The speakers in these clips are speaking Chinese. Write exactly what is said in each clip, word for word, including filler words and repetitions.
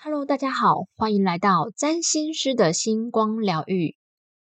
Hello， 大家好，欢迎来到占星师的星光疗愈。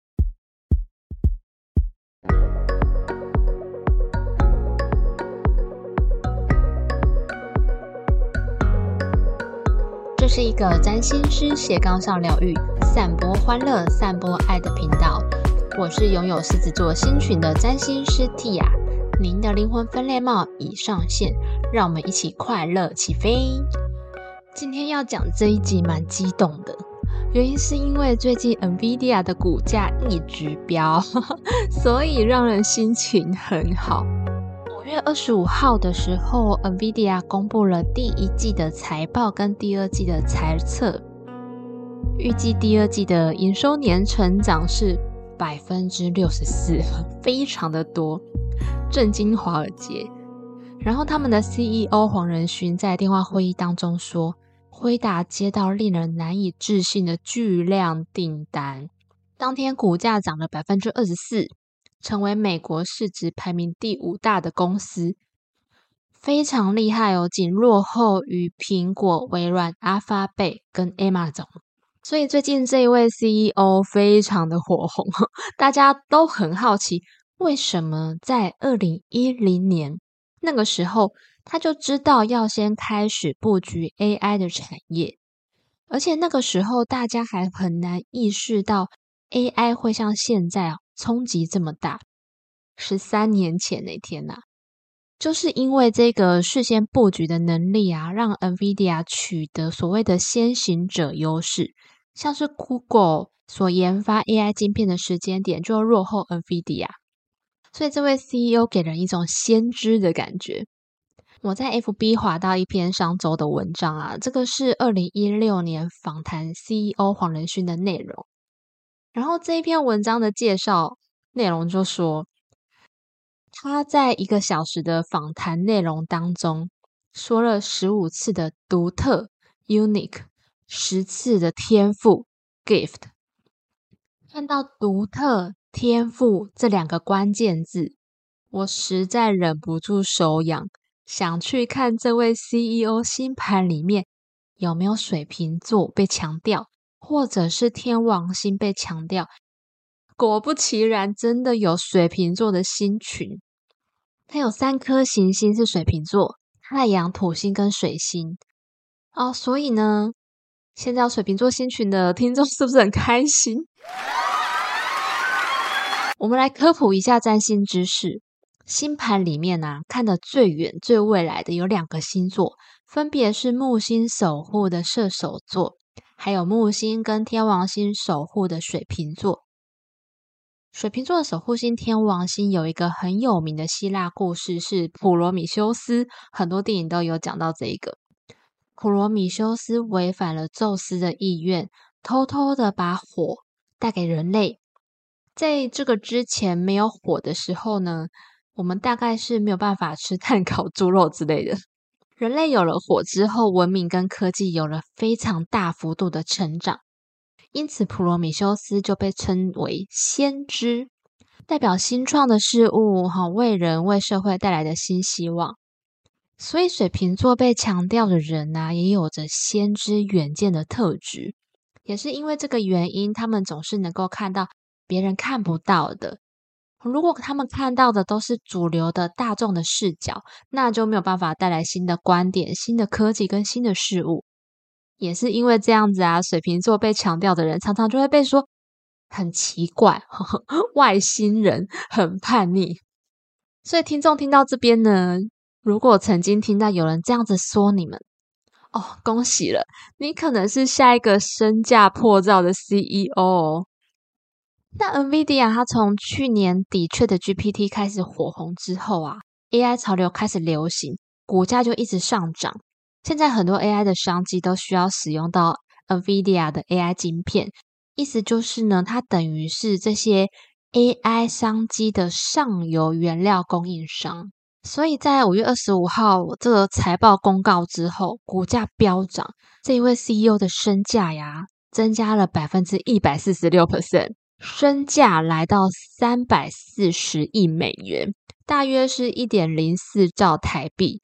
这是一个占星师斜杠上疗愈、散播欢乐、散播爱的频道。我是拥有狮子座星群的占星师 Tia， 您的灵魂分类帽已上线，让我们一起快乐起飞。今天要讲这一集蛮激动的，原因是因为最近 NVIDIA 的股价一直飙，所以让人心情很好。五月二十五号的时候 NVIDIA 公布了第一季的财报跟第二季的财测，预计第二季的营收年成长是 百分之六十四， 非常的多，震惊华尔街。然后他们的 C E O 黄仁勋在电话会议当中说，辉达接到令人难以置信的巨量订单，当天股价涨了 百分之二十四， 成为美国市值排名第五大的公司，非常厉害哦，仅落后于苹果、微软、阿发贝跟 Amazon。 所以最近这一位 C E O 非常的火红，大家都很好奇为什么在二零一零年那个时候他就知道要先开始布局 A I 的产业，而且那个时候大家还很难意识到 A I 会像现在冲击这么大。十三年前那天啊，就是因为这个事先布局的能力啊，让 NVIDIA 取得所谓的先行者优势，像是 Google 所研发 A I 晶片的时间点就落后 NVIDIA， 所以这位 C E O 给人一种先知的感觉。我在 F B 滑到一篇上周的文章啊，这个是二零一六年访谈 C E O 黄仁勋的内容。然后这一篇文章的介绍内容就说，他在一个小时的访谈内容当中说了十五次的独特 unique， 十次的天赋 gift。 看到独特天赋这两个关键字，我实在忍不住手痒，想去看这位 C E O 星盘里面有没有水瓶座被强调，或者是天王星被强调。果不其然，真的有水瓶座的星群，它有三颗行星是水瓶座，太阳、土星跟水星哦。所以呢，现在有水瓶座星群的听众是不是很开心？我们来科普一下占星知识。星盘里面啊，看得最远最未来的有两个星座，分别是木星守护的射手座，还有木星跟天王星守护的水瓶座。水瓶座的守护星天王星有一个很有名的希腊故事，是普罗米修斯，很多电影都有讲到这一个。普罗米修斯违反了宙斯的意愿，偷偷的把火带给人类。在这个之前没有火的时候呢，我们大概是没有办法吃碳烤猪肉之类的。人类有了火之后，文明跟科技有了非常大幅度的成长，因此普罗米修斯就被称为先知，代表新创的事物，为人为社会带来的新希望。所以水瓶座被强调的人啊，也有着先知远见的特质，也是因为这个原因，他们总是能够看到别人看不到的。如果他们看到的都是主流的大众的视角，那就没有办法带来新的观点、新的科技跟新的事物。也是因为这样子啊，水瓶座被强调的人常常就会被说很奇怪，呵呵，外星人，很叛逆。所以听众听到这边呢，如果曾经听到有人这样子说你们，哦，恭喜了，你可能是下一个身价破兆的 C E O 哦。那 NVIDIA 它从去年底 ChatGPT 开始火红之后啊， A I 潮流开始流行，股价就一直上涨。现在很多 A I 的商机都需要使用到 NVIDIA 的 A I 晶片，意思就是呢，它等于是这些 A I 商机的上游原料供应商。所以在五月二十五号这个财报公告之后，股价飙涨，这一位 C E O 的身价呀增加了 百分之一百四十六， 身价来到三百四十亿美元，大约是 一点零四兆台币。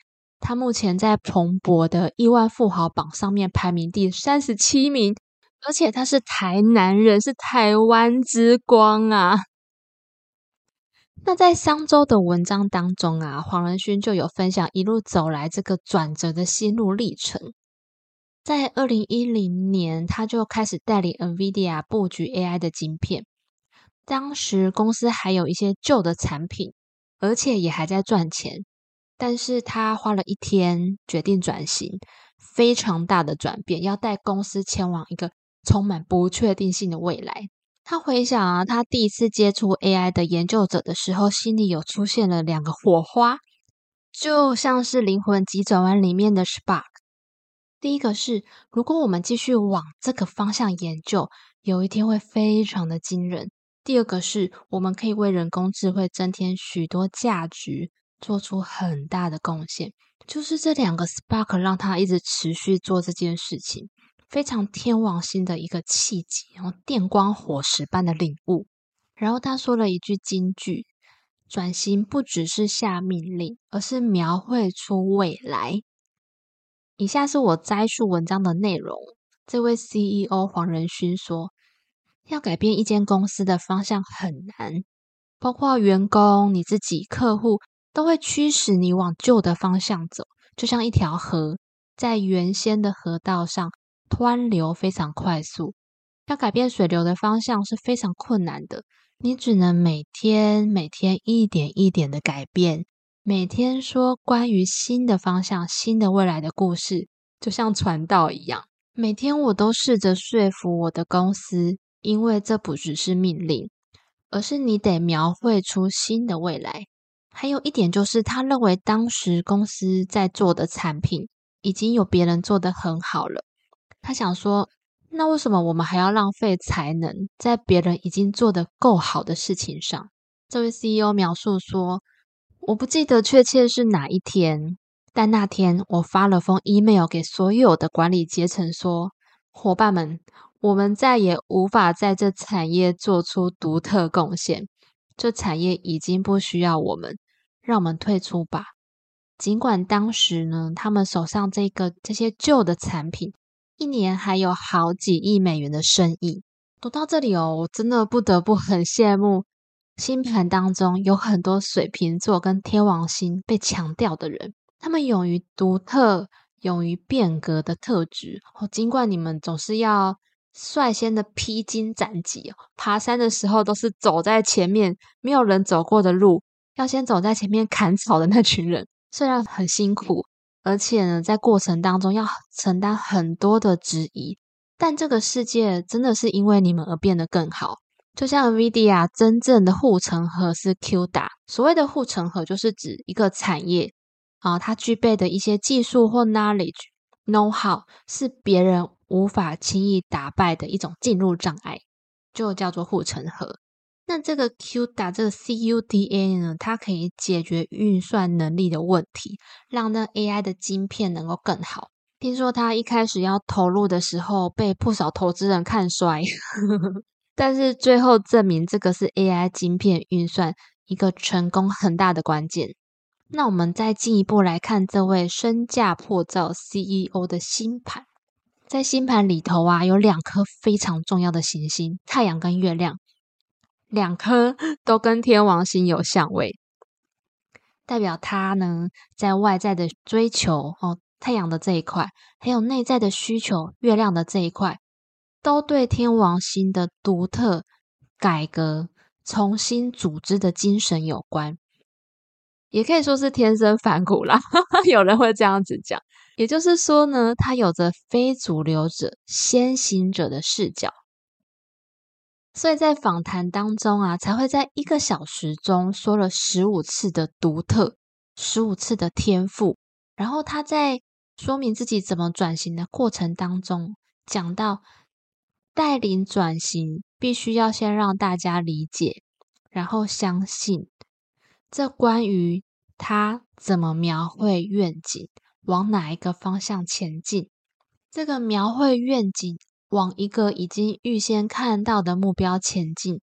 他目前在彭博的亿万富豪榜上面排名第三十七名，而且他是台南人，是台湾之光啊。那在商周的文章当中啊，黄仁勋就有分享一路走来这个转折的心路历程。在二零一零年，他就开始带领 NVIDIA 布局 A I 的晶片。当时公司还有一些旧的产品，而且也还在赚钱。但是他花了一天决定转型，非常大的转变，要带公司前往一个充满不确定性的未来。他回想啊，他第一次接触 A I 的研究者的时候，心里有出现了两个火花，就像是灵魂急转弯里面的 Spark。第一个是，如果我们继续往这个方向研究，有一天会非常的惊人。第二个是，我们可以为人工智慧增添许多价值，做出很大的贡献。就是这两个 Spark 让他一直持续做这件事情，非常天王星的一个契机，然后电光火石般的领悟。然后他说了一句金句，转型不只是下命令，而是描绘出未来。以下是我摘述文章的内容。这位 C E O 黄仁勋说，要改变一间公司的方向很难，包括员工、你自己、客户都会驱使你往旧的方向走，就像一条河，在原先的河道上湍流非常快速，要改变水流的方向是非常困难的，你只能每天每天一点一点的改变，每天说关于新的方向、新的未来的故事，就像传道一样。每天我都试着说服我的公司，因为这不只是命令，而是你得描绘出新的未来。还有一点就是，他认为当时公司在做的产品已经有别人做得很好了。他想说，那为什么我们还要浪费才能在别人已经做得够好的事情上？这位 C E O 描述说，我不记得确切是哪一天，但那天我发了封 email 给所有的管理阶层说，伙伴们，我们再也无法在这产业做出独特贡献，这产业已经不需要我们，让我们退出吧。尽管当时呢，他们手上这个这些旧的产品一年还有好几亿美元的生意。读到这里哦，我真的不得不很羡慕星盘当中有很多水瓶座跟天王星被强调的人，他们勇于独特、勇于变革的特质哦。尽管你们总是要率先的披荆斩棘哦，爬山的时候都是走在前面，没有人走过的路，要先走在前面砍草的那群人，虽然很辛苦，而且呢，在过程当中要承担很多的质疑，但这个世界真的是因为你们而变得更好。就像 NVIDIA 真正的护城河是 Q 打，所谓的护城河就是指一个产业啊，它具备的一些技术或 knowledge、know-how 是别人无法轻易打败的一种进入障碍，就叫做护城河。那这个 Q 打这个 C U D A 呢，它可以解决运算能力的问题，让那 A I 的晶片能够更好。听说它一开始要投入的时候被不少投资人看衰但是最后证明这个是 A I 晶片运算一个成功很大的关键。那我们再进一步来看这位身价破兆 C E O 的星盘。在星盘里头啊，有两颗非常重要的行星，太阳跟月亮，两颗都跟天王星有相位，代表他呢在外在的追求哦，太阳的这一块，还有内在的需求，月亮的这一块，都对天王星的独特、改革、重新组织的精神有关，也可以说是天生反骨啦有人会这样子讲。也就是说呢，他有着非主流者、先行者的视角，所以在访谈当中啊，才会在一个小时中说了十五次的独特，十五次的天赋。然后他在说明自己怎么转型的过程当中，讲到带领转型必须要先让大家理解，然后相信。这关于他怎么描绘愿景，往哪一个方向前进。这个描绘愿景往一个已经预先看到的目标前进，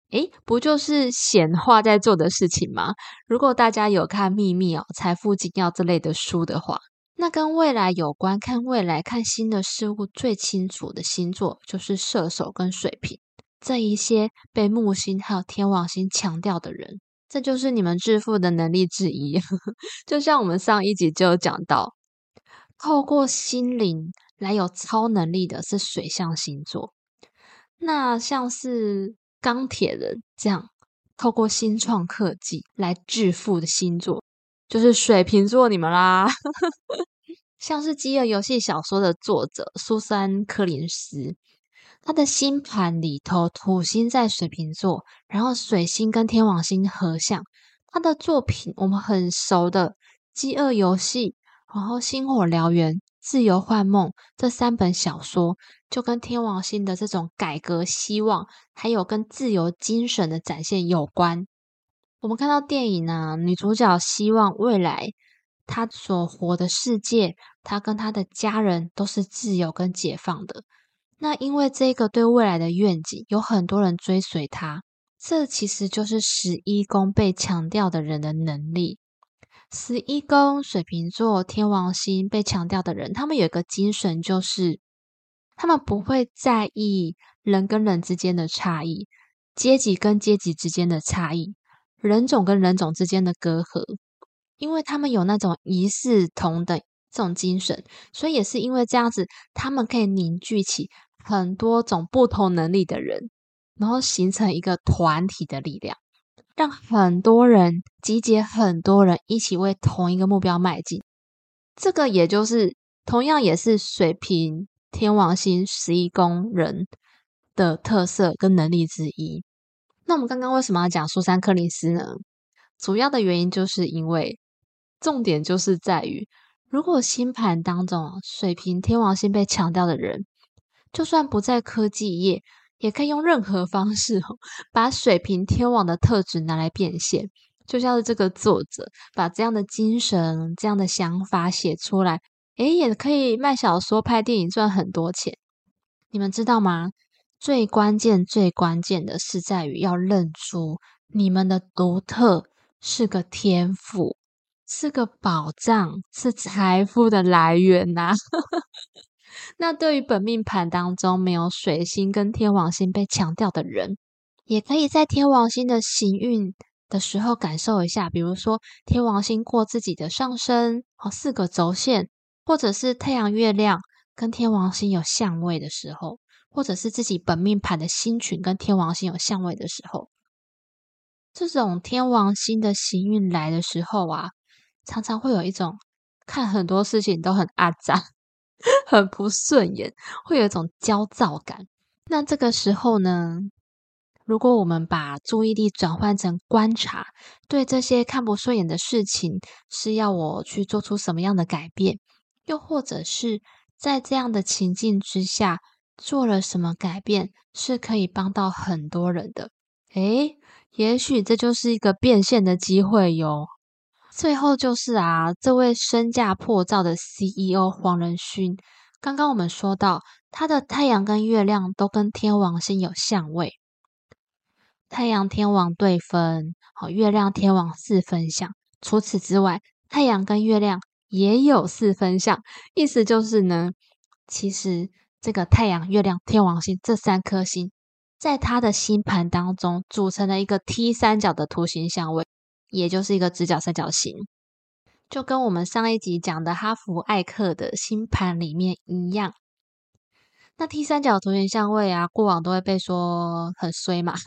诶，不就是显化在做的事情吗？如果大家有看《秘密》哦、财富紧要这类的书的话，那跟未来有关，看未来、看新的事物最清楚的星座就是射手跟水瓶。这一些被木星还有天王星强调的人，这就是你们致富的能力之一。就像我们上一集就有讲到，透过心灵来有超能力的是水象星座。那像是钢铁人这样透过新创科技来致富的星座，就是水瓶座你们啦。像是饥饿游戏小说的作者苏珊·柯林斯，他的星盘里头土星在水瓶座，然后水星跟天王星合相。他的作品我们很熟的《饥饿游戏》，然后《星火燎原》、《自由幻梦》这三本小说，就跟天王星的这种改革希望，还有跟自由精神的展现有关。我们看到电影啊，女主角希望未来她所活的世界，她跟她的家人都是自由跟解放的。那因为这个对未来的愿景，有很多人追随她。这其实就是十一宫被强调的人的能力。十一宫水瓶座天王星被强调的人，他们有一个精神，就是他们不会在意人跟人之间的差异，阶级跟阶级之间的差异，人种跟人种之间的隔阂，因为他们有那种一视同等这种精神，所以也是因为这样子，他们可以凝聚起很多种不同能力的人，然后形成一个团体的力量，让很多人集结很多人一起为同一个目标迈进。这个也就是同样也是水瓶天王星十一宫人的特色跟能力之一。那我们刚刚为什么要讲苏珊·柯林斯呢？主要的原因就是因为重点就是在于，如果星盘当中水瓶天王星被强调的人，就算不在科技业，也可以用任何方式哦，把水瓶天王的特质拿来变现。就像是这个作者把这样的精神、这样的想法写出来，诶，也可以卖小说、拍电影赚很多钱。你们知道吗？最关键、最关键的是在于要认出你们的独特是个天赋，是个宝藏，是财富的来源呐、啊。那对于本命盘当中没有水星跟天王星被强调的人，也可以在天王星的行运的时候感受一下，比如说天王星过自己的上升，哦，四个轴线，或者是太阳、月亮跟天王星有相位的时候，或者是自己本命盘的星群跟天王星有相位的时候，这种天王星的行运来的时候啊，常常会有一种看很多事情都很阿杂。很不顺眼，会有一种焦躁感。那这个时候呢，如果我们把注意力转换成观察，对这些看不顺眼的事情，是要我去做出什么样的改变，又或者是在这样的情境之下，做了什么改变，是可以帮到很多人的。诶，也许这就是一个变现的机会哟。最后就是啊，这位身价破兆的 C E O 黄仁勋，刚刚我们说到他的太阳跟月亮都跟天王星有相位，太阳天王对分，好，月亮天王四分相。除此之外，太阳跟月亮也有四分相，意思就是呢，其实这个太阳、月亮、天王星这三颗星，在他的星盘当中组成了一个 T 三角的图形相位。也就是一个直角三角形，就跟我们上一集讲的哈佛艾克的星盘里面一样。那 T 三角图形相位啊，过往都会被说很衰嘛，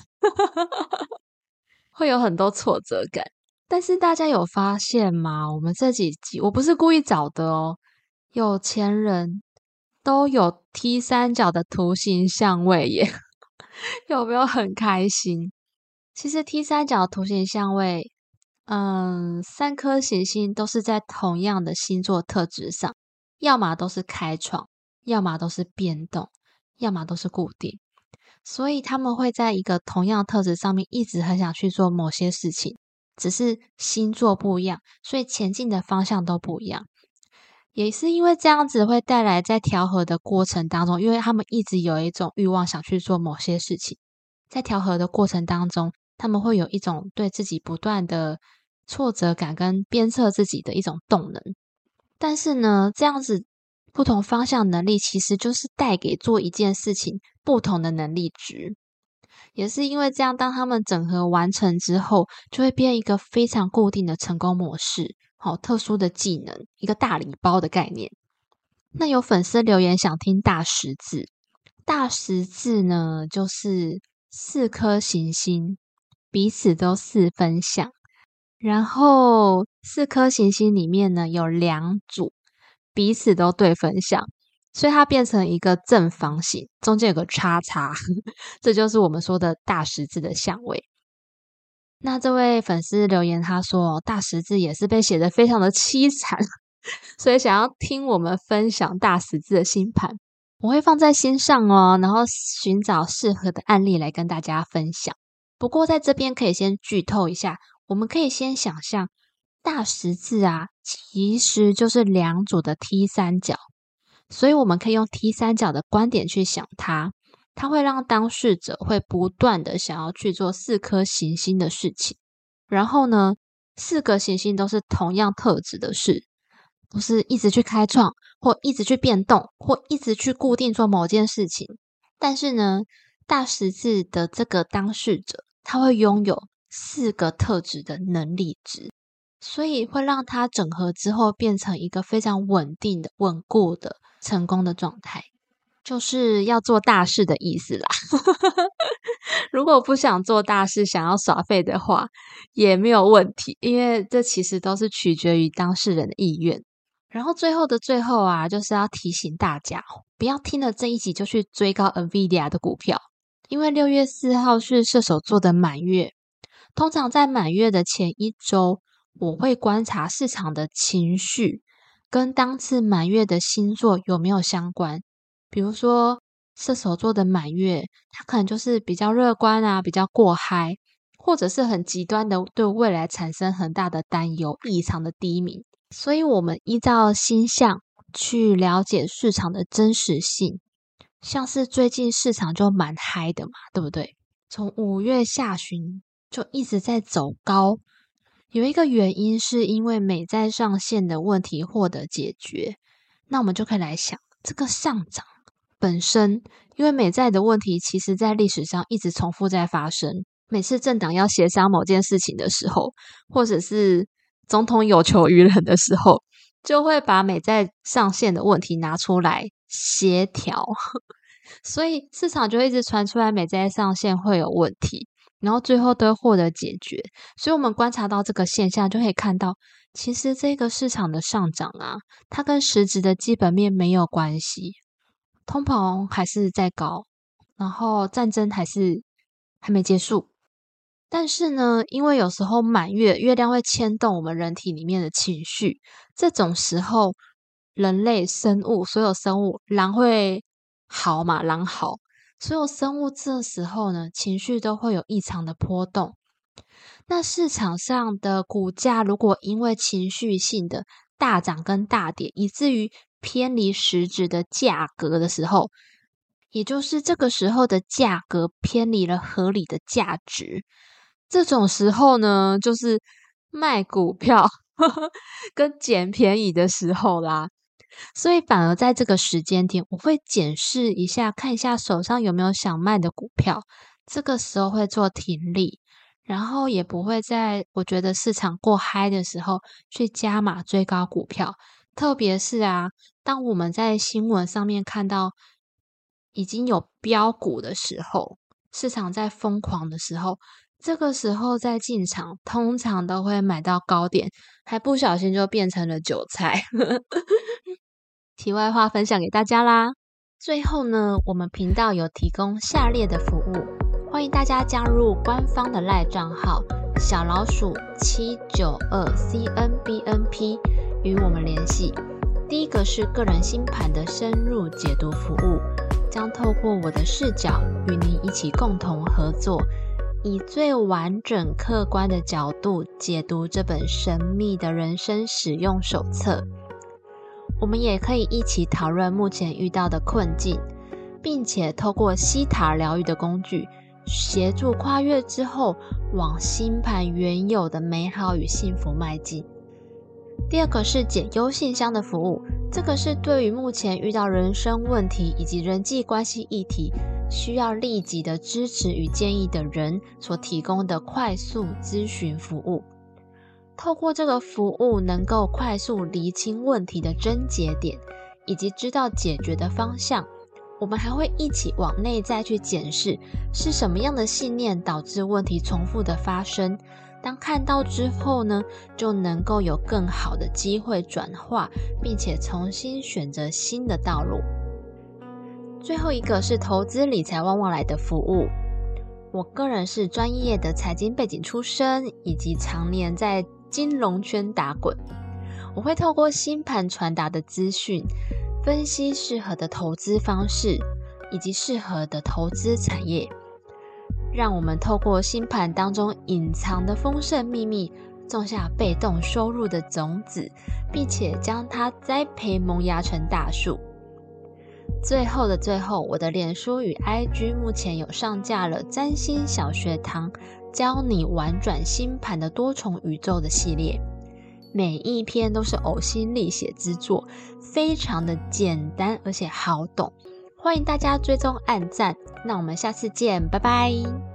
会有很多挫折感。但是大家有发现吗？我们这几集我不是故意找的哦，有钱人都有 T 三角的图形相位耶，有没有很开心？其实 T 三角图形相位嗯，三颗行星都是在同样的星座特质上，要么都是开创，要么都是变动，要么都是固定。所以他们会在一个同样特质上面一直很想去做某些事情，只是星座不一样，所以前进的方向都不一样。也是因为这样子会带来在调和的过程当中，因为他们一直有一种欲望想去做某些事情， 在调和的过程当中，他们会有一种对自己不断的挫折感跟鞭策自己的一种动能。但是呢，这样子不同方向能力其实就是带给做一件事情不同的能力值。也是因为这样，当他们整合完成之后，就会变一个非常固定的成功模式，好，特殊的技能，一个大礼包的概念。那有粉丝留言想听大十字，大十字呢，就是四颗行星彼此都四分相，然后四颗行星里面呢有两组彼此都对分相，所以它变成一个正方形，中间有个叉叉，这就是我们说的大十字的相位。那这位粉丝留言他说，大十字也是被写得非常的凄惨，所以想要听我们分享大十字的星盘，我会放在心上哦，然后寻找适合的案例来跟大家分享。不过在这边可以先剧透一下，我们可以先想象大十字啊，其实就是两组的 T 三角，所以我们可以用 T 三角的观点去想它，它会让当事者会不断的想要去做四颗行星的事情，然后呢，四个行星都是同样特质的事，不是一直去开创，或一直去变动，或一直去固定做某件事情。但是呢，大十字的这个当事者，他会拥有四个特质的能力值，所以会让他整合之后变成一个非常稳定的、稳固的、成功的状态，就是要做大事的意思啦。如果不想做大事，想要耍废的话，也没有问题，因为这其实都是取决于当事人的意愿。然后最后的最后啊，就是要提醒大家，不要听了这一集就去追高 Nvidia 的股票，因为六月四号是射手座的满月，通常在满月的前一周，我会观察市场的情绪跟当次满月的星座有没有相关。比如说射手座的满月，它可能就是比较乐观啊，比较过嗨，或者是很极端的对未来产生很大的担忧，异常的低迷。所以我们依照星象去了解市场的真实性，像是最近市场就蛮嗨的嘛，对不对？从五月下旬就一直在走高，有一个原因是因为美债上限的问题获得解决。那我们就可以来想，这个上涨本身，因为美债的问题其实在历史上一直重复在发生，每次政党要协商某件事情的时候，或者是总统有求于人的时候，就会把美债上限的问题拿出来协调，所以市场就会一直传出来美债上限会有问题，然后最后都会获得解决。所以我们观察到这个现象，就可以看到其实这个市场的上涨啊，它跟实质的基本面没有关系，通膨还是在高，然后战争还是还没结束。但是呢，因为有时候满月，月亮会牵动我们人体里面的情绪，这种时候人类生物，所有生物，狼会嚎嘛，狼嚎，所有生物这时候呢，情绪都会有异常的波动。那市场上的股价如果因为情绪性的大涨跟大跌，以至于偏离实质的价格的时候，也就是这个时候的价格偏离了合理的价值，这种时候呢，就是卖股票呵呵跟捡便宜的时候啦。所以反而在这个时间点，我会检视一下，看一下手上有没有想卖的股票，这个时候会做停利，然后也不会在我觉得市场过嗨的时候去加码追高股票。特别是啊，当我们在新闻上面看到已经有标股的时候，市场在疯狂的时候，这个时候再进场，通常都会买到高点，还不小心就变成了韭菜。题外话分享给大家啦。最后呢，我们频道有提供下列的服务，欢迎大家加入官方的 LINE 账号小老鼠七九二 C N B N P 与我们联系。第一个是个人星盘的深入解读服务，将透过我的视角与您一起共同合作，以最完整客观的角度解读这本神秘的人生使用手册。我们也可以一起讨论目前遇到的困境，并且透过西塔疗愈的工具， 协助跨越之后往星盘原有的美好与幸福迈进。第二个是解忧信箱的服务，这个是对于目前遇到人生问题以及人际关系议题需要立即的支持与建议的人所提供的快速咨询服务。透过这个服务能够快速厘清问题的症结点以及知道解决的方向。我们还会一起往内在去检视是什么样的信念导致问题重复的发生，当看到之后呢，就能够有更好的机会转化，并且重新选择新的道路。最后一个是投资理财旺旺来的服务。我个人是专业的财经背景出身，以及常年在金融圈打滚，我会透过星盘传达的资讯，分析适合的投资方式以及适合的投资产业，让我们透过星盘当中隐藏的丰盛秘密，种下被动收入的种子，并且将它栽培萌芽成大树。最后的最后，我的脸书与 I G 目前有上架了占星小学堂，教你玩转星盘的多重宇宙的系列，每一篇都是呕心沥血之作，非常的简单而且好懂，欢迎大家追踪按赞。那我们下次见，拜拜。